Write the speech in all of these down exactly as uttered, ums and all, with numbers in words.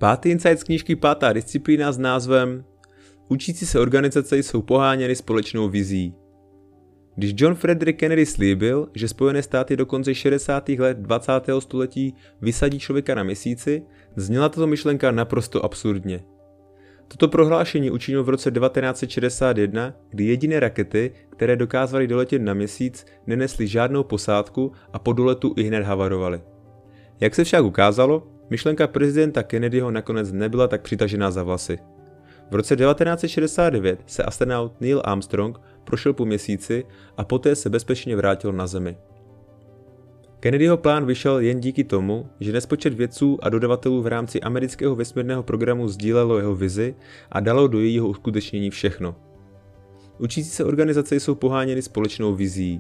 Pátý insight z knížky Pátá disciplína s názvem Učící se organizace jsou poháněny společnou vizí. Když John Frederick Kennedy slíbil, že Spojené státy do konce šedesátých let dvacátého století vysadí člověka na měsíci, zněla tato myšlenka naprosto absurdně. Toto prohlášení učinil v roce devatenáct set šedesát jedna, kdy jediné rakety, které dokázaly doletět na měsíc, nenesly žádnou posádku a po doletu ihned havarovaly. Jak se však ukázalo, myšlenka prezidenta Kennedyho nakonec nebyla tak přitažená za vlasy. V roce devatenáct set šedesát devět se astronaut Neil Armstrong prošel po měsíci a poté se bezpečně vrátil na Zemi. Kennedyho plán vyšel jen díky tomu, že nespočet vědců a dodavatelů v rámci amerického vesmírného programu sdílelo jeho vizi a dalo do jejího uskutečnění všechno. Učící se organizace jsou poháněny společnou vizí.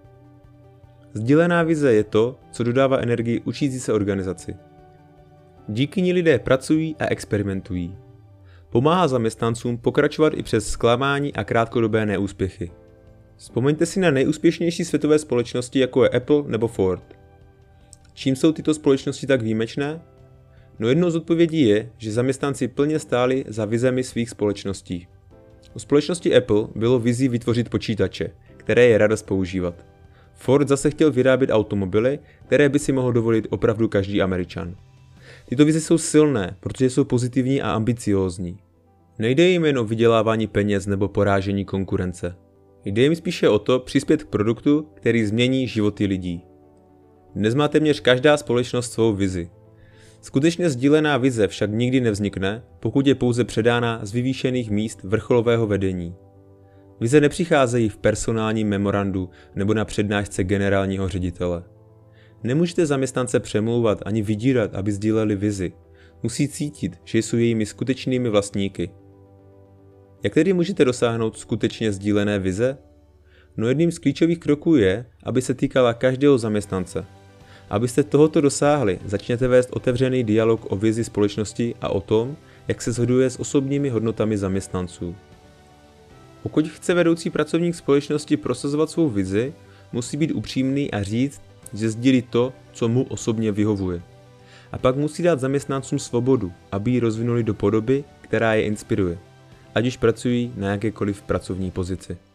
Sdílená vize je to, co dodává energii učící se organizaci. Díky ní lidé pracují a experimentují. Pomáhá zaměstnancům pokračovat i přes zklamání a krátkodobé neúspěchy. Vzpomeňte si na nejúspěšnější světové společnosti, jako je Apple nebo Ford. Čím jsou tyto společnosti tak výjimečné? No jednou z odpovědí je, že zaměstnanci plně stáli za vizemi svých společností. U společnosti Apple bylo vizí vytvořit počítače, které je radost používat. Ford zase chtěl vyrábět automobily, které by si mohl dovolit opravdu každý Američan. Tyto vize jsou silné, protože jsou pozitivní a ambiciózní. Nejde jim jen o vydělávání peněz nebo porážení konkurence. Jde jim spíše o to přispět k produktu, který změní životy lidí. Dnes má téměř každá společnost svou vizi. Skutečně sdílená vize však nikdy nevznikne, pokud je pouze předána z vyvýšených míst vrcholového vedení. Vize nepřicházejí v personálním memorandu nebo na přednášce generálního ředitele. Nemůžete zaměstnance přemlouvat ani vydírat, aby sdíleli vizi. Musí cítit, že jsou jejími skutečnými vlastníky. Jak tedy můžete dosáhnout skutečně sdílené vize? No jedním z klíčových kroků je, aby se týkala každého zaměstnance. Abyste tohoto dosáhli, začněte vést otevřený dialog o vizi společnosti a o tom, jak se shoduje s osobními hodnotami zaměstnanců. Pokud chce vedoucí pracovník společnosti prosazovat svou vizi, musí být upřímný a říct, že sdílí to, co mu osobně vyhovuje. A pak musí dát zaměstnancům svobodu, aby ji rozvinuli do podoby, která je inspiruje, ať už pracují na jakékoliv pracovní pozici.